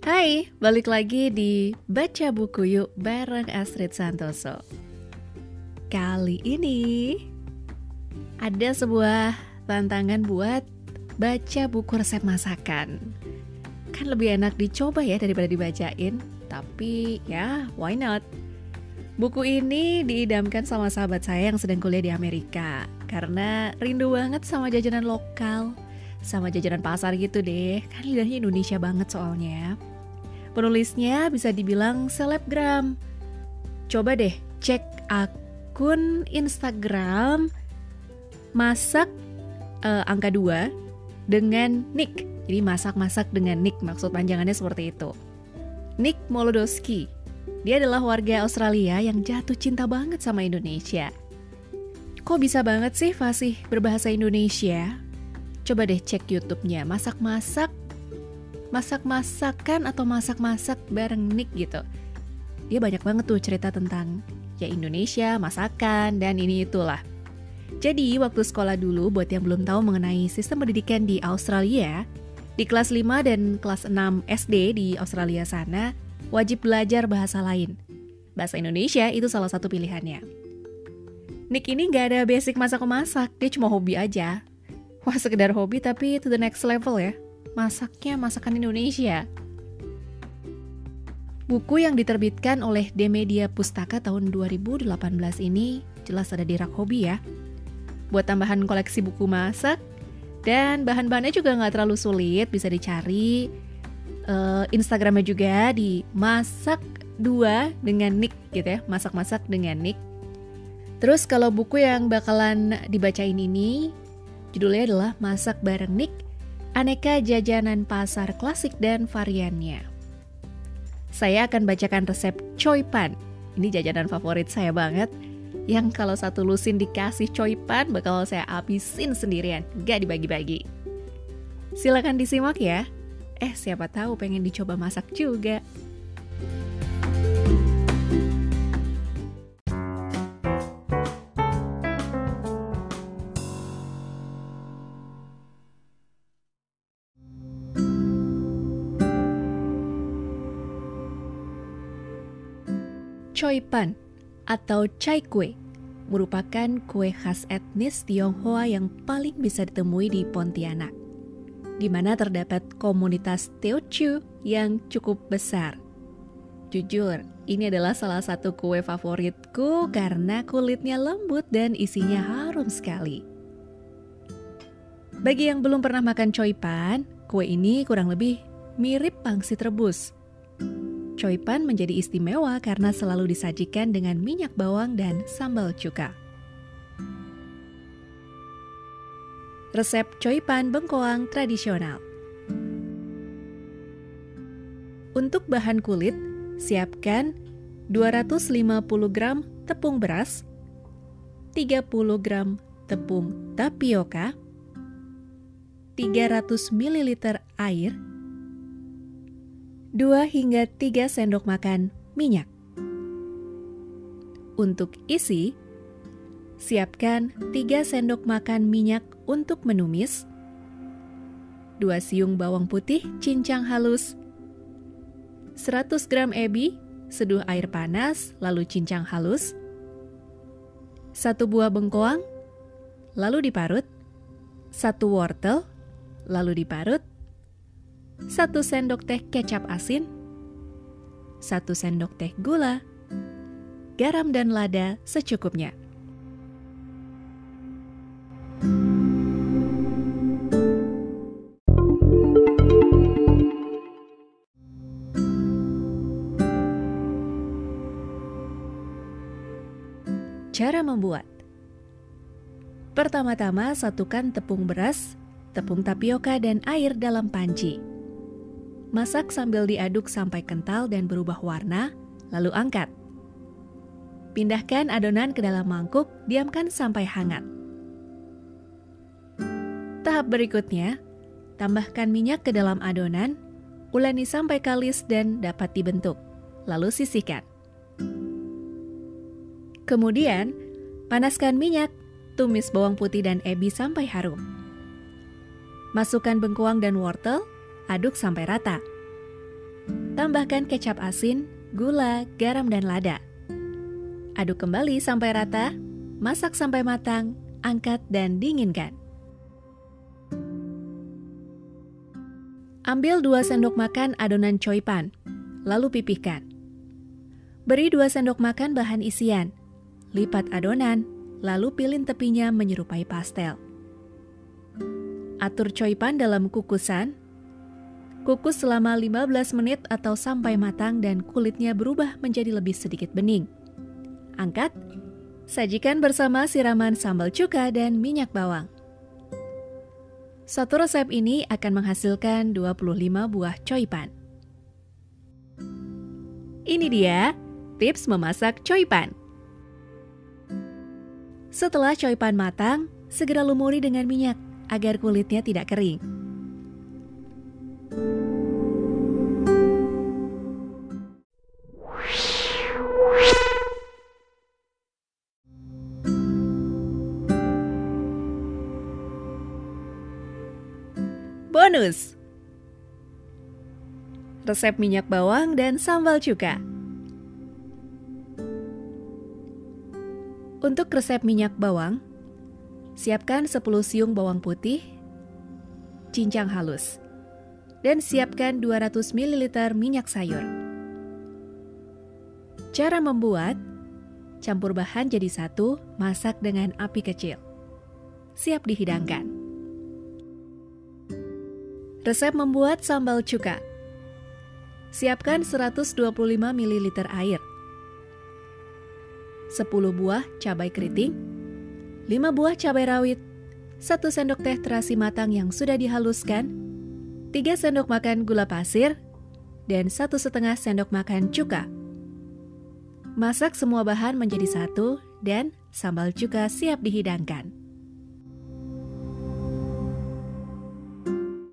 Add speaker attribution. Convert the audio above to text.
Speaker 1: Hai, balik lagi di Baca Buku Yuk bareng Astrid Santoso. Kali ini ada sebuah tantangan buat baca buku resep masakan. Kan lebih enak dicoba ya daripada dibacain, tapi ya why not? Buku ini diidamkan sama sahabat saya yang sedang kuliah di Amerika karena rindu banget sama jajanan lokal, sama jajanan pasar gitu deh. Kan lidahnya Indonesia banget soalnya. Penulisnya bisa dibilang selebgram. Coba deh cek akun Instagram masak angka 2 dengan Nick. Jadi masak-masak dengan Nick, maksud panjangannya seperti itu. Nick Molodowski. Dia adalah warga Australia yang jatuh cinta banget sama Indonesia. Kok bisa banget sih fasih berbahasa Indonesia? Coba deh cek YouTube-nya, masak-masakan atau masak-masak bareng Nick gitu. Dia banyak banget tuh cerita tentang ya Indonesia, masakan, dan ini itulah. Jadi waktu sekolah dulu, buat yang belum tahu mengenai sistem pendidikan di Australia, di kelas 5 dan kelas 6 SD di Australia sana, wajib belajar bahasa lain. Bahasa Indonesia itu salah satu pilihannya. Nick ini gak ada basic masak-masak, dia cuma hobi aja. Wah, sekedar hobi tapi to the next level ya. Masaknya masakan Indonesia. Buku yang diterbitkan oleh Demedia Pustaka tahun 2018 ini jelas ada di rak hobi ya. Buat tambahan koleksi buku masak, dan bahan-bahannya juga nggak terlalu sulit, bisa dicari. Instagramnya juga di masak2 dengan Nick gitu ya, masak-masak dengan Nick. Terus kalau buku yang bakalan dibacain ini, judulnya adalah Masak Bareng Nick, Aneka Jajanan Pasar Klasik dan Variannya. Saya akan bacakan resep choy pan. Ini jajanan favorit saya banget, yang kalau satu lusin dikasih choy pan bakal saya habisin sendirian, gak dibagi-bagi. Silakan disimak ya. Siapa tahu pengen dicoba masak juga. Choy pan atau chai kue merupakan kue khas etnis Tionghoa yang paling bisa ditemui di Pontianak, di mana terdapat komunitas Teochew yang cukup besar. Jujur, ini adalah salah satu kue favoritku karena kulitnya lembut dan isinya harum sekali. Bagi yang belum pernah makan choy pan, kue ini kurang lebih mirip pangsit rebus. Choy pan menjadi istimewa karena selalu disajikan dengan minyak bawang dan sambal cuka. Resep choy pan bengkoang tradisional. Untuk bahan kulit, siapkan 250 gram tepung beras, 30 gram tepung tapioka, 300 ml air, 2 hingga 3 sendok makan minyak. Untuk isi, siapkan 3 sendok makan minyak untuk menumis, 2 siung bawang putih cincang halus, 100 gram ebi, seduh air panas lalu cincang halus, 1 buah bengkoang, lalu diparut, 1 wortel, lalu diparut, 1 sendok teh kecap asin, 1 sendok teh gula, garam dan lada secukupnya. Cara membuat. Pertama-tama satukan tepung beras, tepung tapioka dan air dalam panci. Masak sambil diaduk sampai kental dan berubah warna, lalu angkat. Pindahkan adonan ke dalam mangkuk, diamkan sampai hangat. Tahap berikutnya, tambahkan minyak ke dalam adonan, uleni sampai kalis dan dapat dibentuk, lalu sisihkan. Kemudian, panaskan minyak, tumis bawang putih dan ebi sampai harum. Masukkan bengkoang dan wortel, aduk sampai rata. Tambahkan kecap asin, gula, garam, dan lada. Aduk kembali sampai rata, masak sampai matang, angkat dan dinginkan. Ambil 2 sendok makan adonan choy pan, lalu pipihkan. Beri 2 sendok makan bahan isian, lipat adonan, lalu pilin tepinya menyerupai pastel. Atur choy pan dalam kukusan. Kukus selama 15 menit atau sampai matang dan kulitnya berubah menjadi lebih sedikit bening. Angkat, sajikan bersama siraman sambal cuka dan minyak bawang. Satu resep ini akan menghasilkan 25 buah choy pan. Ini dia tips memasak choy pan. Setelah choy pan matang, segera lumuri dengan minyak agar kulitnya tidak kering. Bonus! Resep minyak bawang dan sambal cuka. Untuk resep minyak bawang, siapkan 10 siung bawang putih, cincang halus, dan siapkan 200 ml minyak sayur. Cara membuat, campur bahan jadi satu, masak dengan api kecil. Siap dihidangkan. Resep membuat sambal cuka. Siapkan 125 ml air, 10 buah cabai keriting, 5 buah cabai rawit, 1 sendok teh terasi matang yang sudah dihaluskan, 3 sendok makan gula pasir, dan 1,5 sendok makan cuka. Masak semua bahan menjadi satu dan sambal cuka siap dihidangkan.